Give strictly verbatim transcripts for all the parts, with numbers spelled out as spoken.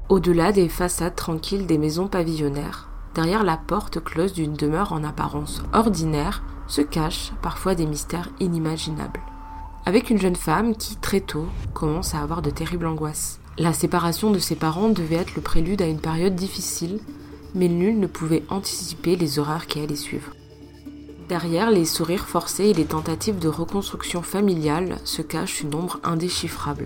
Au-delà des façades tranquilles des maisons pavillonnaires, derrière la porte close d'une demeure en apparence ordinaire, se cachent parfois des mystères inimaginables. Avec une jeune femme qui, très tôt, commence à avoir de terribles angoisses. La séparation de ses parents devait être le prélude à une période difficile, mais nul ne pouvait anticiper les horreurs qui allaient suivre. Derrière les sourires forcés et les tentatives de reconstruction familiale se cache une ombre indéchiffrable.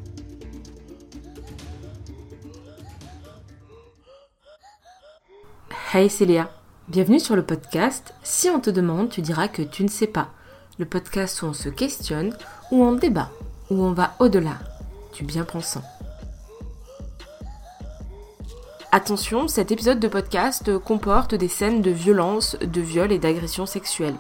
Hey Célia, bienvenue sur le podcast « Si on te demande, tu diras que tu ne sais pas ». Le podcast où on se questionne, où on débat, où on va au-delà du bien-pensant. Attention, cet épisode de podcast comporte des scènes de violence, de viol et d'agression sexuelle.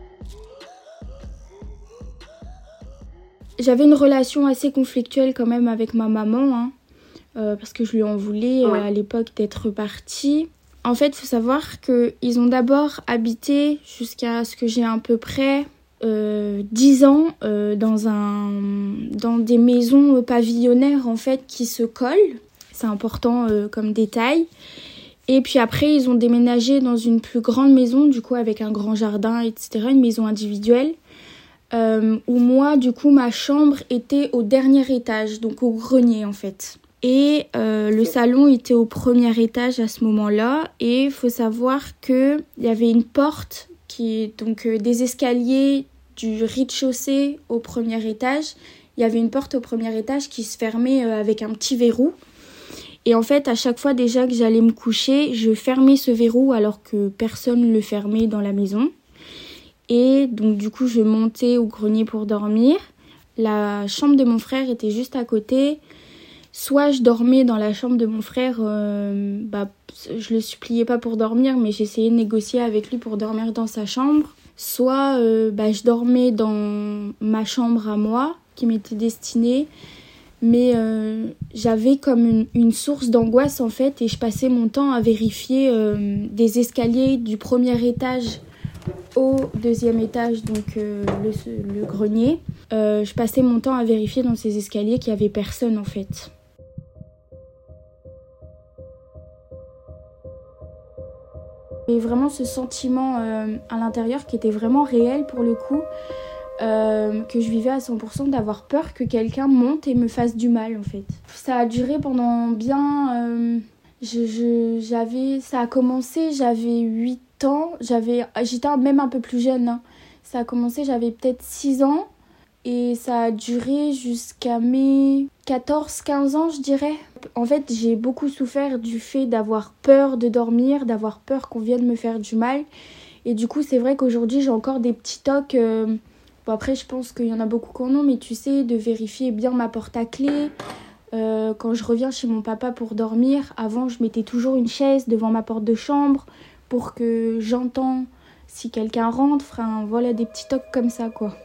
J'avais une relation assez conflictuelle quand même avec ma maman, hein, euh, parce que je lui en voulais Ouais. euh, à l'époque d'être partie. En fait, il faut savoir qu'ils ont d'abord habité jusqu'à ce que j'ai à peu près euh, dix ans euh, dans, un, dans des maisons pavillonnaires en fait, qui se collent. C'est important euh, comme détail. Et puis après, ils ont déménagé dans une plus grande maison, du coup avec un grand jardin, et cetera, une maison individuelle. Euh, où moi, du coup, ma chambre était au dernier étage, donc au grenier en fait. Et euh, le salon était au premier étage à ce moment-là. Et il faut savoir qu'il y avait une porte, qui donc euh, des escaliers du rez-de-chaussée au premier étage. Il y avait une porte au premier étage qui se fermait euh, avec un petit verrou. Et en fait, à chaque fois déjà que j'allais me coucher, je fermais ce verrou alors que personne ne le fermait dans la maison. Et donc du coup, je montais au grenier pour dormir. La chambre de mon frère était juste à côté. Soit je dormais dans la chambre de mon frère, euh, bah, je le suppliais pas pour dormir, mais j'essayais de négocier avec lui pour dormir dans sa chambre. Soit euh, bah, je dormais dans ma chambre à moi, qui m'était destinée. Mais euh, j'avais comme une, une source d'angoisse en fait, et je passais mon temps à vérifier euh, des escaliers du premier étage au deuxième étage, donc euh, le, le grenier. Euh, je passais mon temps à vérifier dans ces escaliers qu'il n'y avait personne en fait. Et vraiment ce sentiment euh, à l'intérieur qui était vraiment réel pour le coup, euh, que je vivais à cent pour cent, d'avoir peur que quelqu'un monte et me fasse du mal en fait. Ça a duré pendant bien... Euh, je, je, j'avais, ça a commencé, j'avais huit ans, j'avais, j'étais même un peu plus jeune. Hein. Ça a commencé, j'avais peut-être six ans et ça a duré jusqu'à mes quatorze quinze ans je dirais. En fait, j'ai beaucoup souffert du fait d'avoir peur de dormir, d'avoir peur qu'on vienne me faire du mal. Et du coup, c'est vrai qu'aujourd'hui, j'ai encore des petits tocs. Euh... Bon, après, je pense qu'il y en a beaucoup qui en ont, mais tu sais, de vérifier bien ma porte à clé. Euh, quand je reviens chez mon papa pour dormir, avant, je mettais toujours une chaise devant ma porte de chambre pour que j'entends si quelqu'un rentre. Enfin, voilà, des petits tocs comme ça, quoi.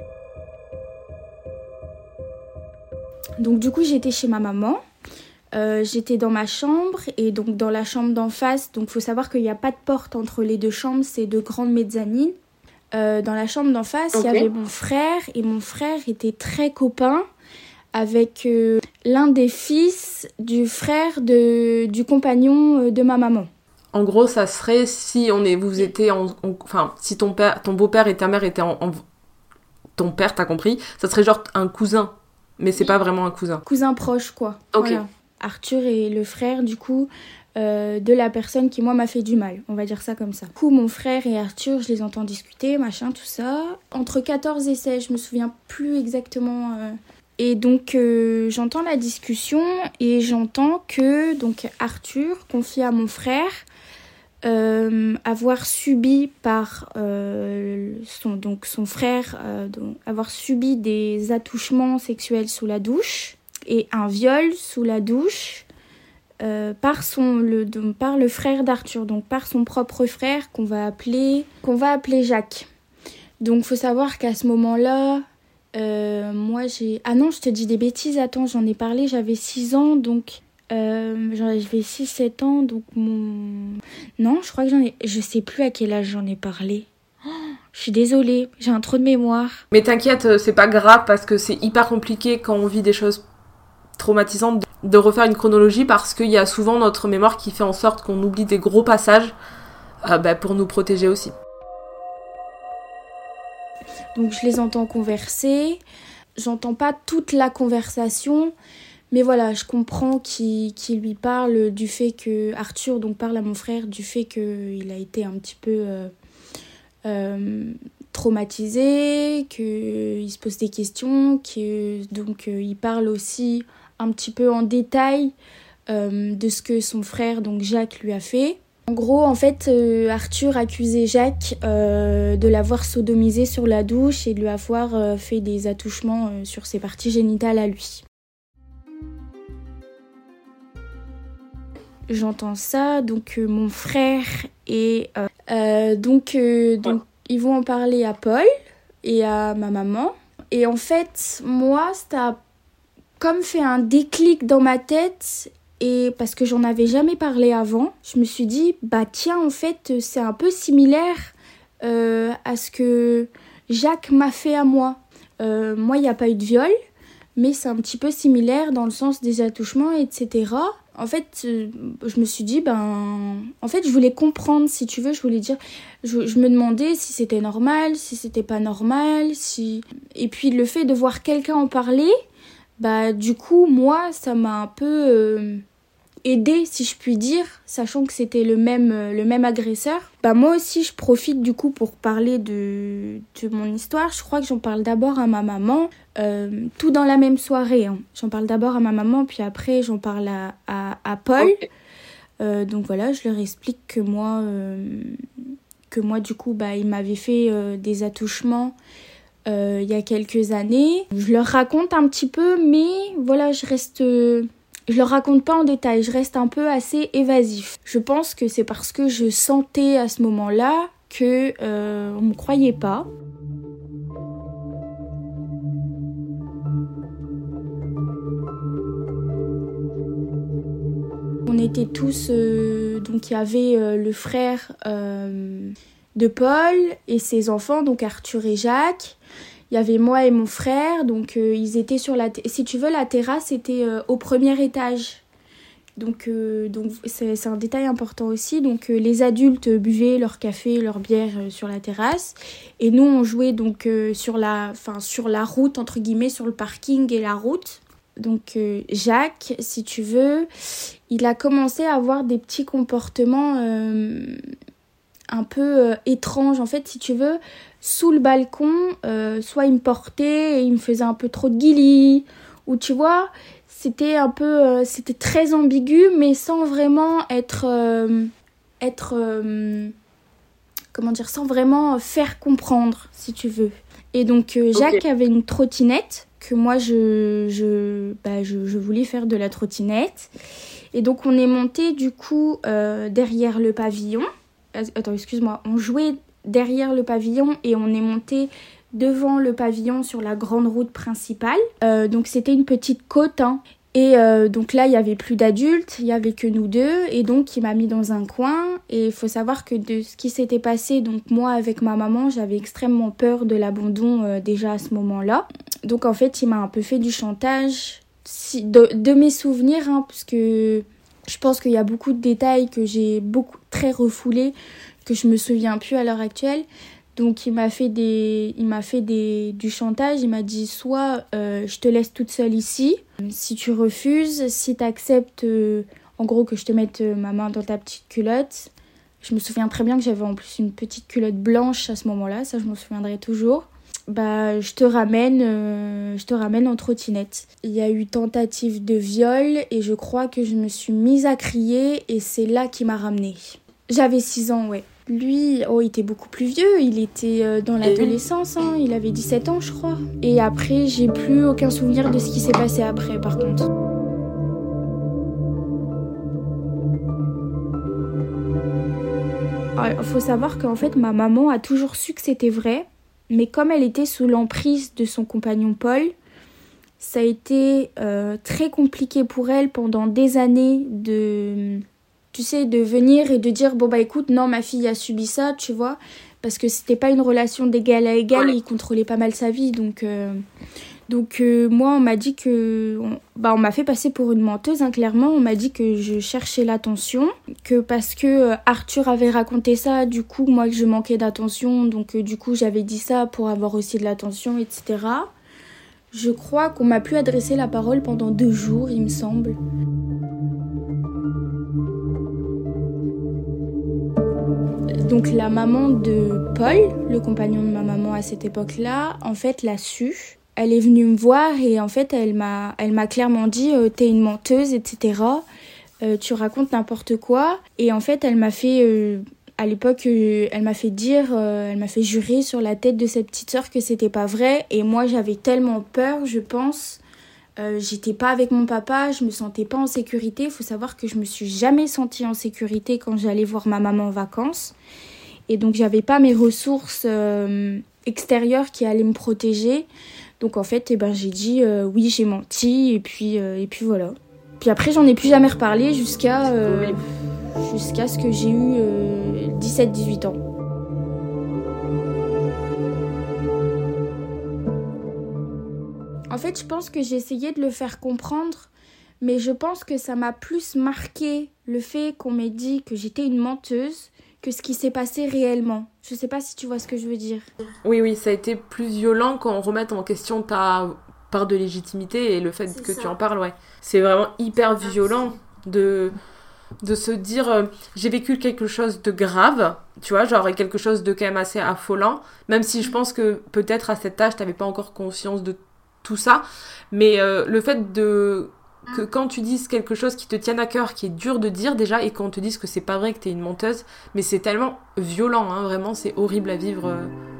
Donc, du coup, j'étais chez ma maman. Euh, j'étais dans ma chambre et donc dans la chambre d'en face, donc il faut savoir qu'il n'y a pas de porte entre les deux chambres, c'est deux grandes mezzanines. Euh, dans la chambre d'en face, il okay. y avait mon frère et mon frère était très copain avec euh, l'un des fils du frère de, du compagnon de ma maman. En gros, ça serait si on est, vous étiez en, en, enfin, si ton père, ton beau-père et ta mère étaient en, en ton père, t'as compris, ça serait genre un cousin, mais c'est oui. pas vraiment un cousin. Cousin proche, quoi. Ok. Voilà. Arthur est le frère, du coup, euh, de la personne qui, moi, m'a fait du mal. On va dire ça comme ça. Du coup, mon frère et Arthur, je les entends discuter, machin, tout ça. Entre quatorze et seize, je me souviens plus exactement. Euh... Et donc, euh, j'entends la discussion et j'entends que donc Arthur confie à mon frère euh, avoir subi par euh, son, donc son frère, euh, donc, avoir subi des attouchements sexuels sous la douche. Et un viol sous la douche euh, par, son, le, donc, par le frère d'Arthur, donc par son propre frère qu'on va appeler, qu'on va appeler Jacques. Donc il faut savoir qu'à ce moment-là, euh, moi j'ai... Ah non, je te dis des bêtises, attends, j'en ai parlé, j'avais six ans, donc... Euh, j'avais six sept ans, donc mon... Non, je crois que j'en ai... Je sais plus à quel âge j'en ai parlé. Oh, je suis désolée, j'ai un trou de mémoire. Mais t'inquiète, c'est pas grave parce que c'est hyper compliqué quand on vit des choses traumatisantes de refaire une chronologie parce qu'il y a souvent notre mémoire qui fait en sorte qu'on oublie des gros passages euh, bah, pour nous protéger aussi. Donc je les entends converser, j'entends pas toute la conversation, mais voilà, je comprends qu'il, qu'il lui parle du fait que Arthur donc parle à mon frère du fait qu'il a été un petit peu euh, euh, traumatisé, qu'il se pose des questions, que donc euh, il parle aussi un petit peu en détail euh, de ce que son frère donc Jacques lui a fait. En gros, en fait, euh, Arthur accusait Jacques euh, de l'avoir sodomisé sur la douche et de lui avoir euh, fait des attouchements euh, sur ses parties génitales à lui. J'entends ça, donc euh, mon frère et euh, euh, donc, euh, donc ils vont en parler à Paul et à ma maman. Et en fait, moi, ça a comme fait un déclic dans ma tête. Et parce que j'en avais jamais parlé avant, je me suis dit, bah tiens, en fait, c'est un peu similaire euh, à ce que Jacques m'a fait à moi. Euh, moi, il n'y a pas eu de viol, mais c'est un petit peu similaire dans le sens des attouchements, et cetera. En fait, euh, je me suis dit, ben... En fait, je voulais comprendre, si tu veux, je voulais dire... Je, je me demandais si c'était normal, si c'était pas normal, si... Et puis, le fait de voir quelqu'un en parler, bah du coup, moi, ça m'a un peu... Euh... aidée, si je puis dire, sachant que c'était le même, le même agresseur. Bah moi aussi, je profite du coup pour parler de, de mon histoire. Je crois que j'en parle d'abord à ma maman, euh, tout dans la même soirée. Hein. J'en parle d'abord à ma maman, puis après, j'en parle à, à, à Paul. Okay. Euh, donc voilà, je leur explique que moi, euh, que moi du coup, bah, il m'avait fait euh, des attouchements euh, il y a quelques années. Je leur raconte un petit peu, mais voilà, je reste... Euh, Je le raconte pas en détail, je reste un peu assez évasif. Je pense que c'est parce que je sentais à ce moment-là que euh, on me croyait pas. On était tous, euh, donc il y avait euh, le frère euh, de Paul et ses enfants, donc Arthur et Jacques. Il y avait moi et mon frère, donc euh, ils étaient sur la... T- si tu veux, la terrasse était euh, au premier étage. Donc, euh, donc c'est, c'est un détail important aussi. Donc euh, les adultes buvaient leur café, leur bière euh, sur la terrasse. Et nous, on jouait donc euh, sur, la, sur la route, entre guillemets, sur le parking et la route. Donc euh, Jacques, si tu veux, il a commencé à avoir des petits comportements euh, un peu euh, étranges. En fait, si tu veux... Sous le balcon, euh, soit il me portait et il me faisait un peu trop de guilis, ou tu vois, c'était un peu, euh, c'était très ambigu, mais sans vraiment être, euh, être, euh, comment dire, sans vraiment faire comprendre, si tu veux. Et donc euh, Jacques okay. avait une trottinette que moi je, je, bah, je, je voulais faire de la trottinette, et donc on est monté du coup euh, derrière le pavillon. Attends, excuse-moi, on jouait derrière le pavillon et on est monté devant le pavillon sur la grande route principale. Euh, donc c'était une petite côte, hein. Et euh, donc là, il n'y avait plus d'adultes, il n'y avait que nous deux. Et donc, il m'a mis dans un coin. Et il faut savoir que de ce qui s'était passé, donc moi avec ma maman, j'avais extrêmement peur de l'abandon euh, déjà à ce moment-là. Donc en fait, il m'a un peu fait du chantage. Si, de, de mes souvenirs, hein, parce que je pense qu'il y a beaucoup de détails que j'ai beaucoup très refoulés, que je me souviens plus à l'heure actuelle. Donc il m'a fait des il m'a fait des du chantage, il m'a dit soit euh, je te laisse toute seule ici, si tu refuses, si tu acceptes euh, en gros que je te mette euh, ma main dans ta petite culotte. Je me souviens très bien que j'avais en plus une petite culotte blanche à ce moment-là, ça je m'en souviendrai toujours. Bah je te ramène euh, je te ramène en trottinette. Il y a eu tentative de viol et je crois que je me suis mise à crier et c'est là qu'il m'a ramenée. J'avais six ans, ouais. Lui, oh, il était beaucoup plus vieux, il était euh, dans l'adolescence, hein, il avait dix-sept ans, je crois. Et après, j'ai plus aucun souvenir de ce qui s'est passé après, par contre. Il faut savoir qu'en fait, ma maman a toujours su que c'était vrai, mais comme elle était sous l'emprise de son compagnon Paul, ça a été euh, très compliqué pour elle pendant des années de... Tu sais, de venir et de dire, bon bah écoute, non, ma fille a subi ça, tu vois. Parce que c'était pas une relation d'égal à égal, ouais. Il contrôlait pas mal sa vie, donc... Euh, Donc euh, moi, on m'a dit que... On, bah, on m'a fait passer pour une menteuse, hein, clairement. On m'a dit que je cherchais l'attention, que parce que euh, Arthur avait raconté ça, du coup, moi, que je manquais d'attention. Donc euh, du coup, j'avais dit ça pour avoir aussi de l'attention, et cetera. Je crois qu'on m'a plus adressé la parole pendant deux jours, il me semble. Donc la maman de Paul, le compagnon de ma maman à cette époque-là, en fait l'a su. Elle est venue me voir et en fait elle m'a, elle m'a clairement dit euh, t'es une menteuse, et cetera. Euh, tu racontes n'importe quoi. Et en fait elle m'a fait, euh, à l'époque, euh, elle m'a fait dire, euh, elle m'a fait jurer sur la tête de cette petite sœur que c'était pas vrai. Et moi j'avais tellement peur, je pense. Euh, j'étais pas avec mon papa, je me sentais pas en sécurité. Il faut savoir que je me suis jamais sentie en sécurité quand j'allais voir ma maman en vacances. Et donc j'avais pas mes ressources euh, extérieures qui allaient me protéger. Donc en fait, eh ben, j'ai dit euh, oui, j'ai menti et puis, euh, et puis voilà. Puis après, j'en ai plus jamais reparlé jusqu'à, euh, jusqu'à ce que j'ai eu euh, dix-sept dix-huit ans. En fait, je pense que j'ai essayé de le faire comprendre, mais je pense que ça m'a plus marqué le fait qu'on m'ait dit que j'étais une menteuse que ce qui s'est passé réellement. Je sais pas si tu vois ce que je veux dire. Oui, oui, ça a été plus violent quand on remet en question ta part de légitimité et le fait c'est que ça. Tu en parles, ouais. C'est vraiment hyper violent de, de se dire euh, j'ai vécu quelque chose de grave, tu vois, genre quelque chose de quand même assez affolant, même si je pense que peut-être à cet âge t'avais pas encore conscience de tout ça, mais euh, le fait de que quand tu dises quelque chose qui te tienne à cœur, qui est dur de dire déjà, et qu'on te dise que c'est pas vrai, que t'es une menteuse, mais c'est tellement violent, hein, vraiment, c'est horrible à vivre.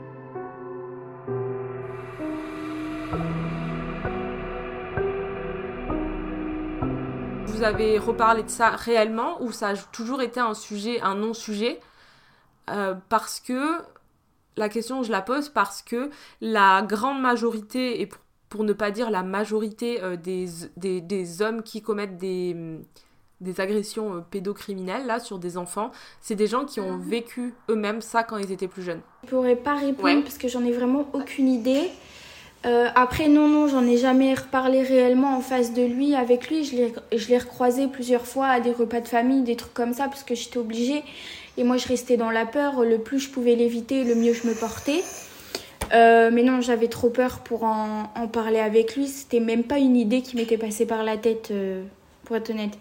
Vous avez reparlé de ça réellement, ou ça a toujours été un sujet, un non-sujet, euh, parce que, la question je la pose parce que la grande majorité, et pour pour ne pas dire la majorité euh, des, des, des hommes qui commettent des, des agressions euh, pédocriminelles là, sur des enfants, c'est des gens qui ont vécu eux-mêmes ça quand ils étaient plus jeunes. Je pourrais pas répondre ouais. Parce que j'en ai vraiment aucune idée. Euh, après, non, non, j'en ai jamais reparlé réellement en face de lui, avec lui. Je l'ai, je l'ai recroisé plusieurs fois à des repas de famille, des trucs comme ça, parce que j'étais obligée. Et moi, je restais dans la peur. Le plus je pouvais l'éviter, le mieux je me portais. Euh, mais non, j'avais trop peur pour en, en parler avec lui. C'était même pas une idée qui m'était passée par la tête, euh, pour être honnête.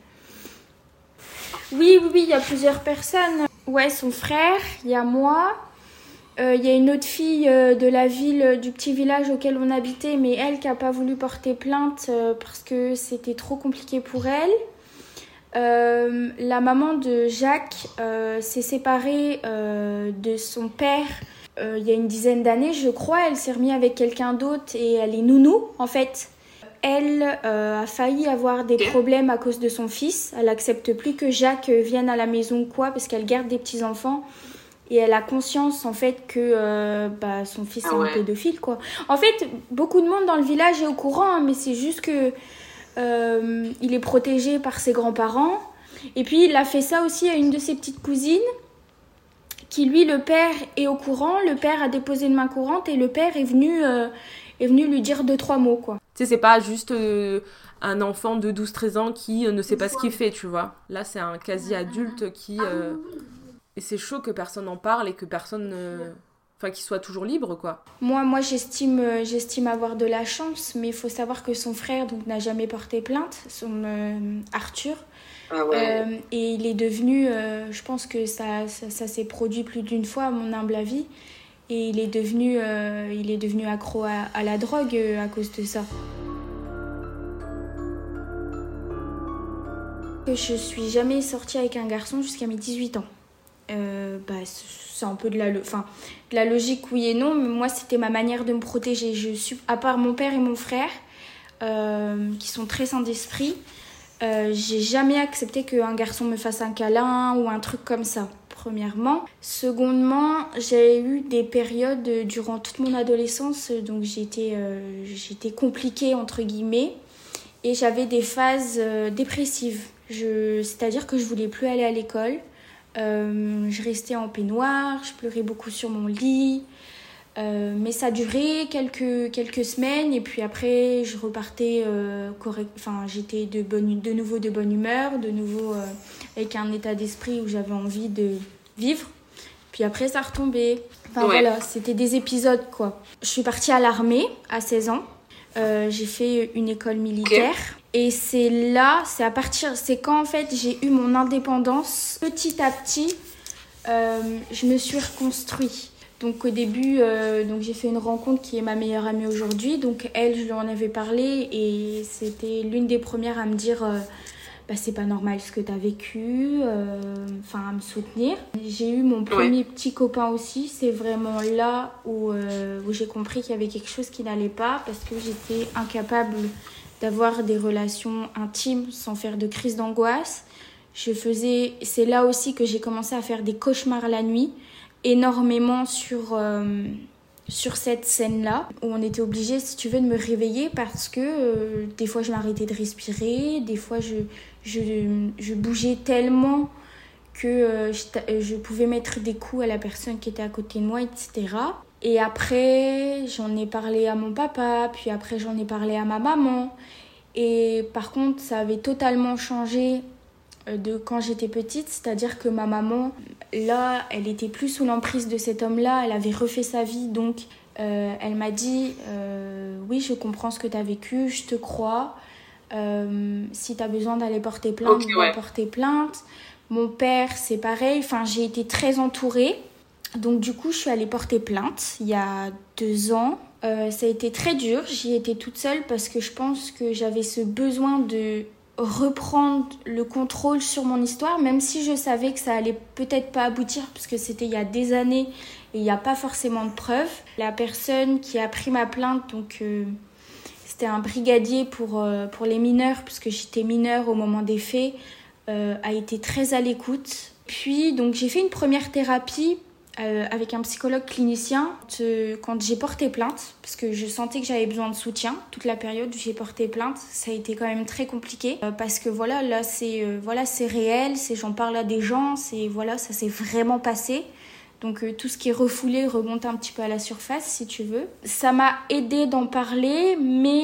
Oui, oui, oui, il y a plusieurs personnes. Ouais, son frère, il y a moi. Il euh, y a une autre fille euh, de la ville, du petit village auquel on habitait, mais elle qui n'a pas voulu porter plainte euh, parce que c'était trop compliqué pour elle. Euh, la maman de Jacques euh, s'est séparée euh, de son père euh, il y a une dizaine d'années, je crois. Elle s'est remise avec quelqu'un d'autre et elle est nounou, en fait. Elle euh, a failli avoir des problèmes à cause de son fils. Elle n'accepte plus que Jacques vienne à la maison ou quoi, parce qu'elle garde des petits-enfants. Et elle a conscience, en fait, que euh, bah, son fils ah est ouais. un pédophile, quoi. En fait, beaucoup de monde dans le village est au courant, hein, mais c'est juste que euh, il est protégé par ses grands-parents. Et puis, il a fait ça aussi à une de ses petites cousines, qui, lui, le père est au courant. Le père a déposé une main courante et le père est venu, euh, est venu lui dire deux, trois mots, quoi. Tu sais, c'est pas juste euh, un enfant de douze treize ans qui euh, ne sait pas ce qu'il fait, tu vois. Là, c'est un quasi-adulte qui... Euh... Et c'est chaud que personne n'en parle et que personne... Euh... Enfin, qu'il soit toujours libre, quoi. Moi, moi j'estime, euh, j'estime avoir de la chance, mais il faut savoir que son frère donc, n'a jamais porté plainte, son euh, Arthur. Ah ouais. Euh, et il est devenu, euh, je pense que ça, ça, ça s'est produit plus d'une fois à mon humble avis, et il est devenu, euh, il est devenu accro à, à la drogue euh, à cause de ça. Je suis jamais sortie avec un garçon jusqu'à mes dix-huit ans. Euh, bah, c'est un peu de la, enfin, de la logique, oui et non, mais moi c'était ma manière de me protéger. Je suis, à part mon père et mon frère, euh, qui sont très sains d'esprit, Euh, j'ai jamais accepté qu'un garçon me fasse un câlin ou un truc comme ça, premièrement. Secondement, j'ai eu des périodes durant toute mon adolescence, donc j'étais, euh, j'étais compliquée entre guillemets, et j'avais des phases euh, dépressives. Je, c'est-à-dire que je voulais plus aller à l'école, euh, je restais en peignoir, je pleurais beaucoup sur mon lit, Euh, mais ça a duré quelques, quelques semaines et puis après je repartais euh, correct, enfin j'étais de, bonne, de nouveau de bonne humeur, de nouveau euh, avec un état d'esprit où j'avais envie de vivre. Puis après ça retombait. Enfin ouais. Voilà, c'était des épisodes quoi. Je suis partie à l'armée à seize ans. Euh, j'ai fait une école militaire. Okay. Et c'est là, c'est à partir, c'est quand en fait j'ai eu mon indépendance. Petit à petit, euh, je me suis reconstruite. Donc au début, euh, donc j'ai fait une rencontre qui est ma meilleure amie aujourd'hui. Donc elle, je lui en avais parlé et c'était l'une des premières à me dire euh, bah, c'est pas normal ce que tu as vécu, enfin euh, à me soutenir. J'ai eu mon premier ouais. petit copain aussi. C'est vraiment là où, euh, où j'ai compris qu'il y avait quelque chose qui n'allait pas parce que j'étais incapable d'avoir des relations intimes sans faire de crise d'angoisse. Je faisais, c'est là aussi que j'ai commencé à faire des cauchemars la nuit. Énormément sur, euh, sur cette scène-là, où on était obligé, si tu veux, de me réveiller parce que euh, des fois je m'arrêtais de respirer, des fois je, je, je bougeais tellement que euh, je, je pouvais mettre des coups à la personne qui était à côté de moi, et cetera. Et après, j'en ai parlé à mon papa, puis après j'en ai parlé à ma maman. Et par contre, ça avait totalement changé de quand j'étais petite, c'est-à-dire que ma maman, là, elle était plus sous l'emprise de cet homme-là, elle avait refait sa vie, donc euh, elle m'a dit euh, oui, je comprends ce que tu as vécu, je te crois, euh, si tu as besoin d'aller porter plainte, okay, ouais. porter plainte. Mon père, c'est pareil, enfin, j'ai été très entourée, donc du coup, je suis allée porter plainte il y a deux ans. Euh, ça a été très dur, j'y étais toute seule parce que je pense que j'avais ce besoin de reprendre le contrôle sur mon histoire, même si je savais que ça allait peut-être pas aboutir parce que c'était il y a des années et il n'y a pas forcément de preuves. La personne qui a pris ma plainte, donc euh, c'était un brigadier pour, euh, pour les mineurs, puisque j'étais mineure au moment des faits, euh, a été très à l'écoute. Puis donc j'ai fait une première thérapie Euh, avec un psychologue clinicien te, quand j'ai porté plainte, parce que je sentais que j'avais besoin de soutien. Toute la période où j'ai porté plainte, ça a été quand même très compliqué, euh, parce que voilà, là c'est, euh, voilà, c'est réel, c'est, j'en parle à des gens, c'est, voilà, ça s'est vraiment passé. Donc euh, tout ce qui est refoulé remonte un petit peu à la surface, si tu veux. Ça m'a aidé d'en parler, mais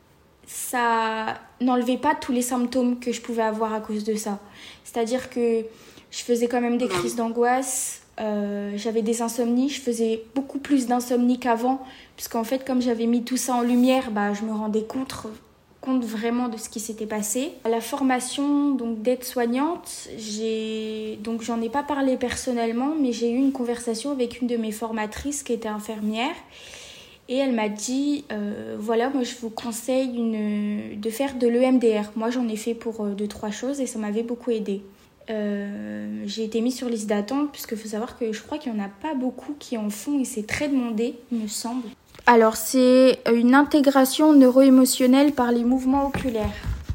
ça n'enlevait pas tous les symptômes que je pouvais avoir à cause de ça. C'est-à-dire que je faisais quand même des crises d'angoisse. Euh, j'avais des insomnies, je faisais beaucoup plus d'insomnie qu'avant, puisqu'en fait comme j'avais mis tout ça en lumière, bah, je me rendais compte, compte vraiment de ce qui s'était passé. À la formation donc, d'aide-soignante, j'ai, donc, j'en ai pas parlé personnellement, mais j'ai eu une conversation avec une de mes formatrices qui était infirmière et elle m'a dit euh, voilà, moi je vous conseille une, de faire de l'E M D R. Moi j'en ai fait pour euh, deux, trois choses et ça m'avait beaucoup aidée. Euh, j'ai été mise sur liste d'attente puisqu'il faut savoir que je crois qu'il n'y en a pas beaucoup qui en font et c'est très demandé, il me semble. Alors c'est une intégration neuro-émotionnelle par les mouvements oculaires.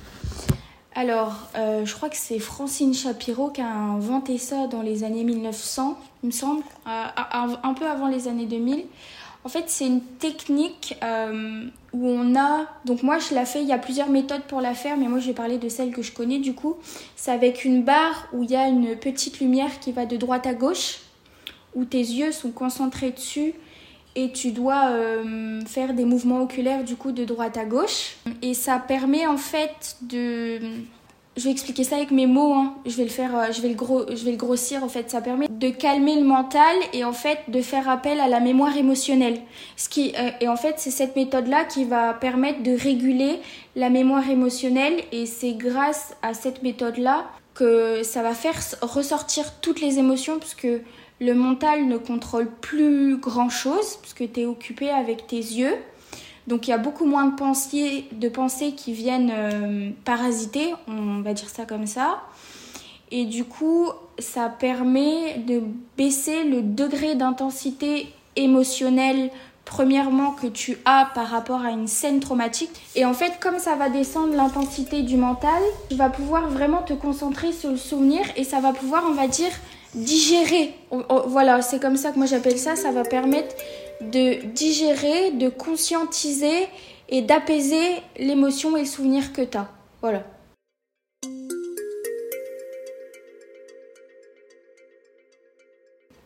Alors euh, je crois que c'est Francine Shapiro qui a inventé ça dans les années mille neuf cents, il me semble, euh, un peu avant les années deux mille. En fait, c'est une technique euh, où on a... Donc moi, je la fais, il y a plusieurs méthodes pour la faire, mais moi, je vais parler de celle que je connais du coup. C'est avec une barre où il y a une petite lumière qui va de droite à gauche, où tes yeux sont concentrés dessus et tu dois euh, faire des mouvements oculaires du coup de droite à gauche. Et ça permet en fait de... Je vais expliquer ça avec mes mots, hein. je, vais le faire, je, vais le gros, je vais le grossir. En fait, ça permet de calmer le mental et en fait de faire appel à la mémoire émotionnelle. Ce qui, euh, et en fait, c'est cette méthode-là qui va permettre de réguler la mémoire émotionnelle et c'est grâce à cette méthode-là que ça va faire ressortir toutes les émotions parce que le mental ne contrôle plus grand-chose parce que tu es occupé avec tes yeux. Donc il y a beaucoup moins de pensées, de pensées qui viennent euh, parasiter, on va dire ça comme ça. Et du coup, ça permet de baisser le degré d'intensité émotionnelle, premièrement, que tu as par rapport à une scène traumatique. Et en fait, comme ça va descendre l'intensité du mental, tu vas pouvoir vraiment te concentrer sur le souvenir et ça va pouvoir, on va dire, digérer. Voilà, c'est comme ça que moi j'appelle ça, ça va permettre de digérer, de conscientiser et d'apaiser l'émotion et le souvenir que tu as. Voilà.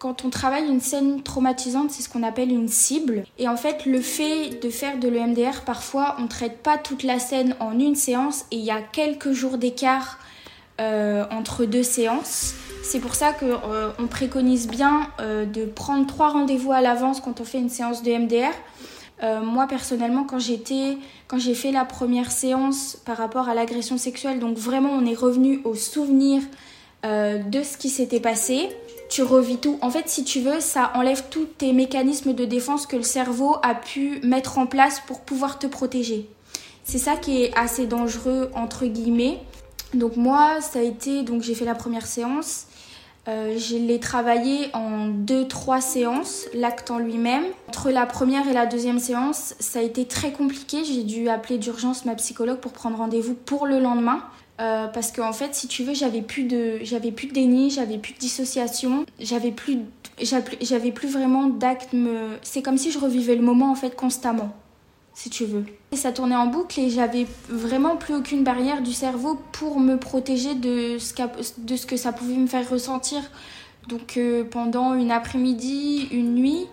Quand on travaille une scène traumatisante, c'est ce qu'on appelle une cible. Et en fait, le fait de faire de l'E M D R, parfois, on ne traite pas toute la scène en une séance et il y a quelques jours d'écart euh, entre deux séances. C'est pour ça qu'on euh, préconise bien euh, de prendre trois rendez-vous à l'avance quand on fait une séance de M D R. Euh, moi, personnellement, quand, j'étais, quand j'ai fait la première séance par rapport à l'agression sexuelle, donc vraiment, on est revenu au souvenir euh, de ce qui s'était passé. Tu revis tout. En fait, si tu veux, ça enlève tous tes mécanismes de défense que le cerveau a pu mettre en place pour pouvoir te protéger. C'est ça qui est assez dangereux, entre guillemets. Donc moi, ça a été... Donc j'ai fait la première séance. Euh, je l'ai travaillé en deux trois séances, l'acte en lui-même. Entre la première et la deuxième séance, ça a été très compliqué. J'ai dû appeler d'urgence ma psychologue pour prendre rendez-vous pour le lendemain. Euh, parce qu'en fait, si tu veux, j'avais plus de, j'avais plus de déni, j'avais plus de dissociation, j'avais plus, j'avais, j'avais plus vraiment d'actes. Me... C'est comme si je revivais le moment en fait constamment, si tu veux. Et ça tournait en boucle et j'avais vraiment plus aucune barrière du cerveau pour me protéger de ce, de ce que ça pouvait me faire ressentir. Donc euh, pendant une après-midi, une nuit,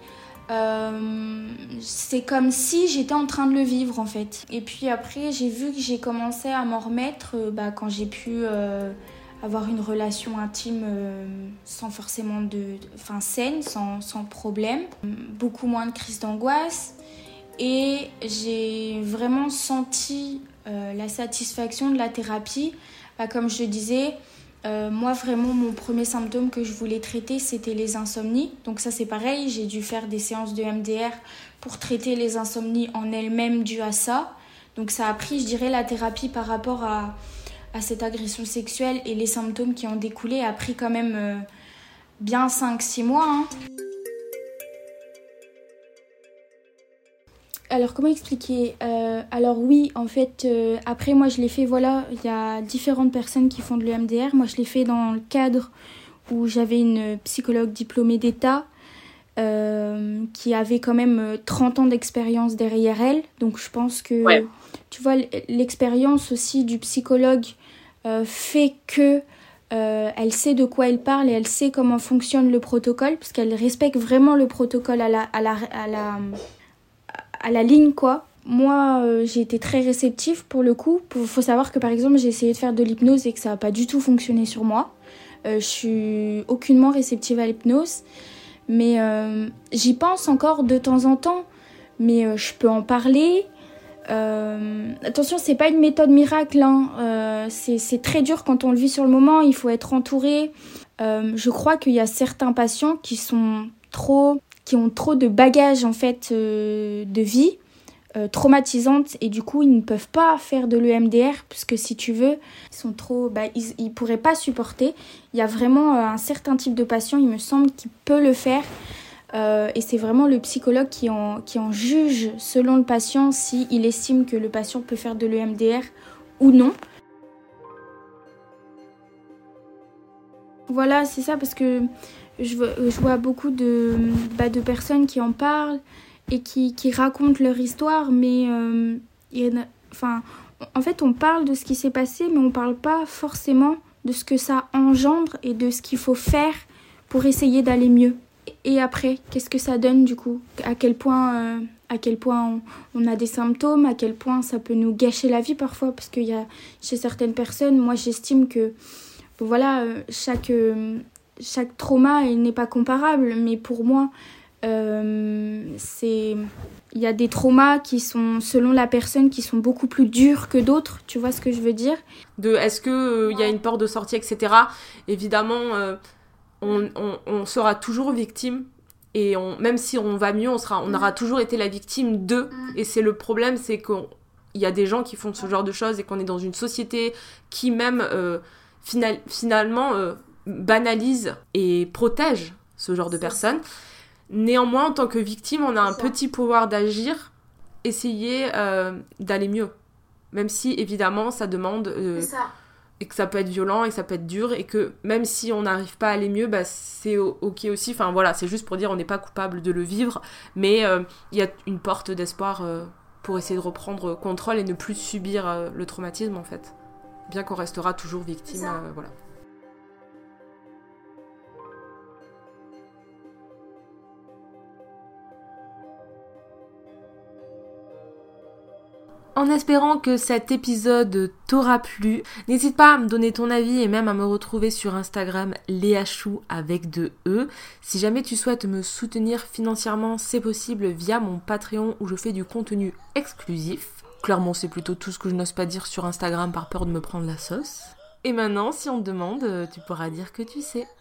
Euh, c'est comme si j'étais en train de le vivre en fait. Et puis après j'ai vu que j'ai commencé à m'en remettre euh, bah, quand j'ai pu euh, avoir une relation intime euh, sans forcément de, enfin saine, sans, sans problème, beaucoup moins de crises d'angoisse et j'ai vraiment senti euh, la satisfaction de la thérapie. Bah, comme je le disais, Euh, moi vraiment mon premier symptôme que je voulais traiter c'était les insomnies, donc ça c'est pareil, j'ai dû faire des séances de M D R pour traiter les insomnies en elles-mêmes dues à ça, donc ça a pris je dirais la thérapie par rapport à, à cette agression sexuelle et les symptômes qui en découlaient a pris quand même euh, bien cinq six mois hein. Alors, comment expliquer euh, Alors oui, en fait, euh, après moi je l'ai fait, voilà, il y a différentes personnes qui font de l'E M D R. Moi je l'ai fait dans le cadre où j'avais une psychologue diplômée d'État euh, qui avait quand même trente ans d'expérience derrière elle. Donc je pense que, ouais. Tu vois, l'expérience aussi du psychologue euh, fait que euh, elle sait de quoi elle parle et elle sait comment fonctionne le protocole, parce qu'elle respecte vraiment le protocole à la... À la, à la à la ligne quoi. Moi euh, j'ai été très réceptive pour le coup. Il faut savoir que par exemple j'ai essayé de faire de l'hypnose et que ça n'a pas du tout fonctionné sur moi. Euh, je suis aucunement réceptive à l'hypnose, mais euh, j'y pense encore de temps en temps, mais euh, je peux en parler. Euh, attention, c'est pas une méthode miracle hein. euh, c'est, c'est très dur quand on le vit sur le moment, il faut être entouré. Euh, je crois qu'il y a certains patients qui sont trop... qui ont trop de bagages en fait euh, de vie euh, traumatisante et du coup ils ne peuvent pas faire de l'E M D R puisque si tu veux ils sont trop bah, ils, ils pourraient pas supporter. Il y a vraiment euh, un certain type de patient, il me semble, qui peut le faire euh, et c'est vraiment le psychologue qui en, qui en juge selon le patient si il estime que le patient peut faire de l'E M D R ou non. Voilà, c'est ça, parce que je vois, je vois beaucoup de, bah, de personnes qui en parlent et qui, qui racontent leur histoire, mais euh, il y en a, enfin, en fait, on parle de ce qui s'est passé, mais on ne parle pas forcément de ce que ça engendre et de ce qu'il faut faire pour essayer d'aller mieux. Et après, qu'est-ce que ça donne du coup ? À quel point, euh, à quel point on, on a des symptômes, à quel point ça peut nous gâcher la vie parfois, parce qu'il y a chez certaines personnes, moi j'estime que voilà, chaque, chaque trauma n'est pas comparable, mais pour moi, euh, c'est, il y a des traumas qui sont, selon la personne, qui sont beaucoup plus durs que d'autres, tu vois ce que je veux dire ? De est-ce qu'il euh, y a une porte de sortie, et cetera. Évidemment, euh, on, on, on sera toujours victime, et on, même si on va mieux, on, sera, on aura toujours été la victime d'eux, et c'est le problème, c'est qu'il y a des gens qui font ce genre de choses, et qu'on est dans une société qui même... Euh, Final, finalement euh, banalise et protège ce genre de personnes. Néanmoins, en tant que victime, on a un petit pouvoir d'agir, essayer euh, d'aller mieux. Même si, évidemment, ça demande... Euh, et que ça peut être violent, et que ça peut être dur, et que même si on n'arrive pas à aller mieux, bah, c'est ok aussi. Enfin voilà, c'est juste pour dire on n'est pas coupable de le vivre, mais il euh, y a une porte d'espoir euh, pour essayer de reprendre contrôle et ne plus subir euh, le traumatisme, en fait. Bien qu'on restera toujours victime, euh, voilà. En espérant que cet épisode t'aura plu, n'hésite pas à me donner ton avis et même à me retrouver sur Instagram léachou avec deux E. Si jamais tu souhaites me soutenir financièrement, c'est possible via mon Patreon où je fais du contenu exclusif. Clairement, c'est plutôt tout ce que je n'ose pas dire sur Instagram par peur de me prendre la sauce. Et maintenant, si on te demande, tu pourras dire que tu sais.